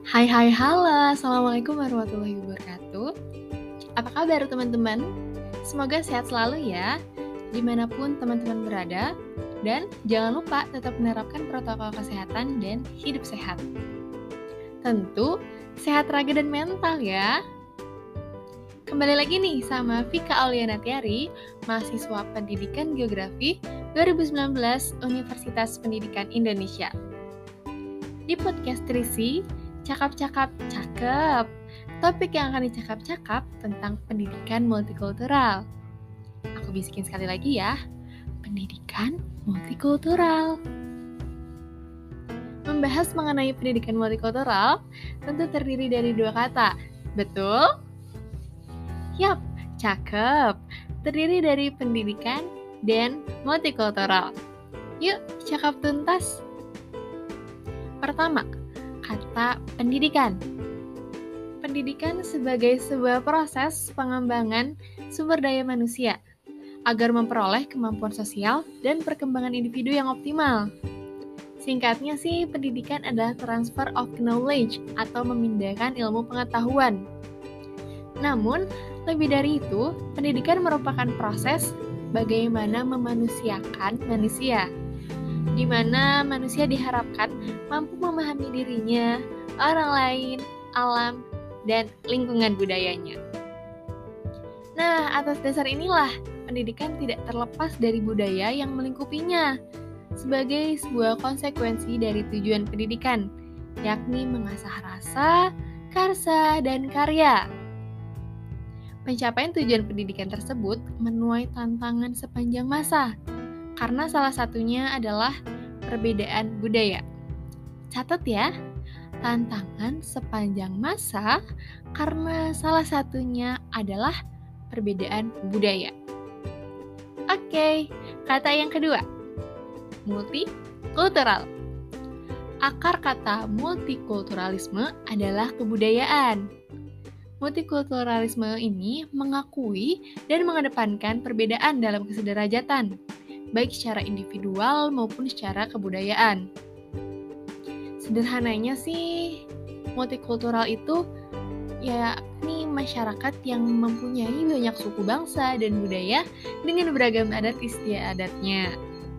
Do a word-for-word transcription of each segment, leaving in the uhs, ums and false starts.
Hai hai halo, Assalamualaikum warahmatullahi wabarakatuh. Apa kabar teman-teman? Semoga sehat selalu ya, dimanapun teman-teman berada. Dan jangan lupa tetap menerapkan protokol kesehatan dan hidup sehat. Tentu, sehat raga dan mental ya. Kembali lagi nih sama Vika Auliana Tiari, mahasiswa Pendidikan Geografi dua ribu sembilan belas Universitas Pendidikan Indonesia. Di podcast Trisi, Cakap-cakap cakep. Topik yang akan dicakap-cakap tentang pendidikan multikultural. Aku bisikin sekali lagi ya. Pendidikan multikultural. Membahas mengenai pendidikan multikultural tentu terdiri dari dua kata. Betul? Yap, cakep. Terdiri dari pendidikan dan multikultural. Yuk, cakap tuntas. Pertama, kata pendidikan. Pendidikan sebagai sebuah proses pengembangan sumber daya manusia agar memperoleh kemampuan sosial dan perkembangan individu yang optimal. Singkatnya sih, pendidikan adalah transfer of knowledge atau memindahkan ilmu pengetahuan. Namun, lebih dari itu, pendidikan merupakan proses bagaimana memanusiakan manusia, di mana manusia diharapkan mampu memahami dirinya, orang lain, alam, dan lingkungan budayanya. Nah, atas dasar inilah pendidikan tidak terlepas dari budaya yang melingkupinya sebagai sebuah konsekuensi dari tujuan pendidikan, yakni mengasah rasa, karsa, dan karya. Pencapaian tujuan pendidikan tersebut menuai tantangan sepanjang masa, karena salah satunya adalah perbedaan budaya. Catat ya, tantangan sepanjang masa karena salah satunya adalah perbedaan budaya. Oke, kata yang kedua, multikultural. Akar kata multikulturalisme adalah kebudayaan. Multikulturalisme ini mengakui dan mengedepankan perbedaan dalam kesederajatan, baik secara individual maupun secara kebudayaan. Sederhananya sih, multikultural itu yakni masyarakat yang mempunyai banyak suku bangsa dan budaya dengan beragam adat istiadatnya.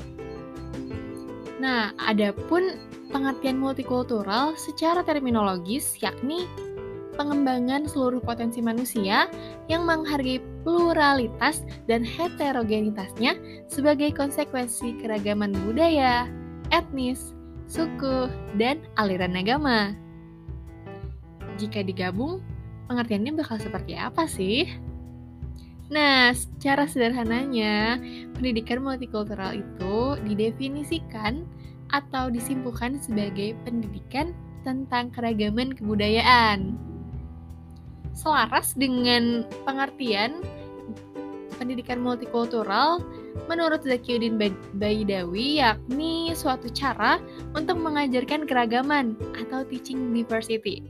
Nah, adapun pengertian multikultural secara terminologis yakni pengembangan seluruh potensi manusia yang menghargai pluralitas dan heterogenitasnya sebagai konsekuensi keragaman budaya, etnis, suku, dan aliran agama. Jika digabung, pengertiannya bakal seperti apa sih? Nah, secara sederhananya, pendidikan multikultural itu didefinisikan atau disimpulkan sebagai pendidikan tentang keragaman kebudayaan. Selaras dengan pengertian pendidikan multikultural menurut Zakiuddin Baidawi, yakni suatu cara untuk mengajarkan keragaman atau teaching diversity.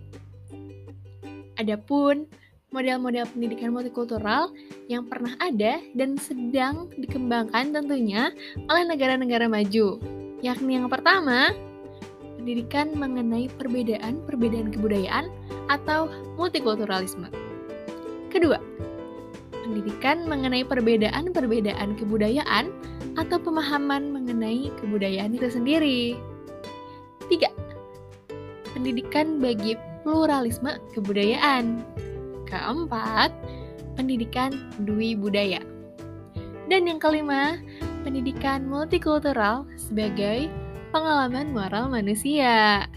Adapun model-model pendidikan multikultural yang pernah ada dan sedang dikembangkan tentunya oleh negara-negara maju, yakni yang pertama, pendidikan mengenai perbedaan-perbedaan kebudayaan atau multikulturalisme. Kedua, pendidikan mengenai perbedaan-perbedaan kebudayaan atau pemahaman mengenai kebudayaan itu sendiri. Tiga, pendidikan bagi pluralisme kebudayaan. Keempat, pendidikan dwi budaya. Dan yang kelima, pendidikan multikultural sebagai pengalaman moral manusia.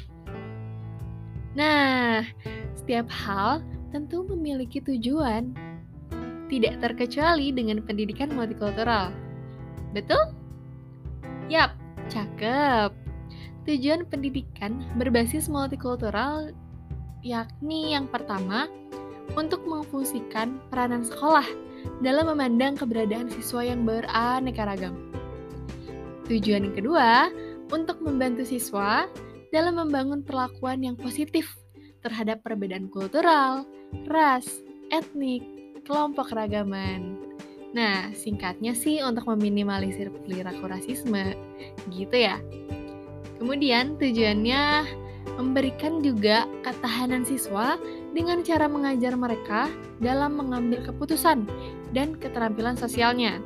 Nah, setiap hal tentu memiliki tujuan, tidak terkecuali dengan pendidikan multikultural. Betul? Yap, cakep. Tujuan pendidikan berbasis multikultural yakni yang pertama, untuk memfungsikan peranan sekolah dalam memandang keberadaan siswa yang beraneka ragam. Tujuan yang kedua, untuk membantu siswa dalam membangun perlakuan yang positif terhadap perbedaan kultural, ras, etnik, kelompok keragaman. Nah, singkatnya sih untuk meminimalisir perilaku rasisme, gitu ya. Kemudian tujuannya memberikan juga ketahanan siswa dengan cara mengajar mereka dalam mengambil keputusan dan keterampilan sosialnya.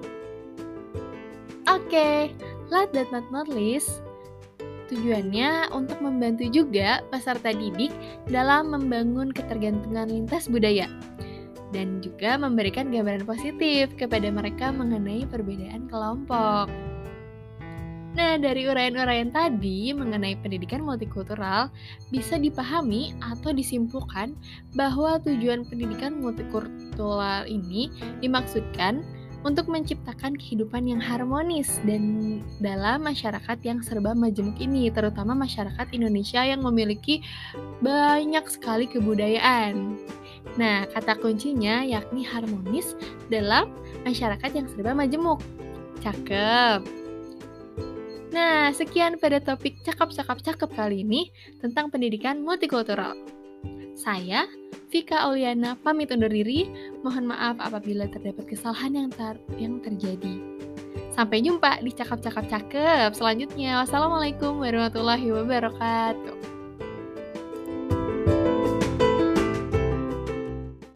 Oke, last but not least, tujuannya untuk membantu juga peserta didik dalam membangun ketergantungan lintas budaya dan juga memberikan gambaran positif kepada mereka mengenai perbedaan kelompok. Nah, dari uraian-uraian tadi mengenai pendidikan multikultural, bisa dipahami atau disimpulkan bahwa tujuan pendidikan multikultural ini dimaksudkan untuk menciptakan kehidupan yang harmonis dan dalam masyarakat yang serba majemuk ini, terutama masyarakat Indonesia yang memiliki banyak sekali kebudayaan. Nah, kata kuncinya yakni harmonis dalam masyarakat yang serba majemuk. Cakep. Nah, sekian pada topik cakap-cakap-cakep kali ini tentang pendidikan multikultural. Saya, Vika Auliana, pamit undur diri. Mohon maaf apabila terdapat kesalahan yang, ter- yang terjadi. Sampai jumpa di cakap-cakap cakep selanjutnya. Wassalamualaikum warahmatullahi wabarakatuh.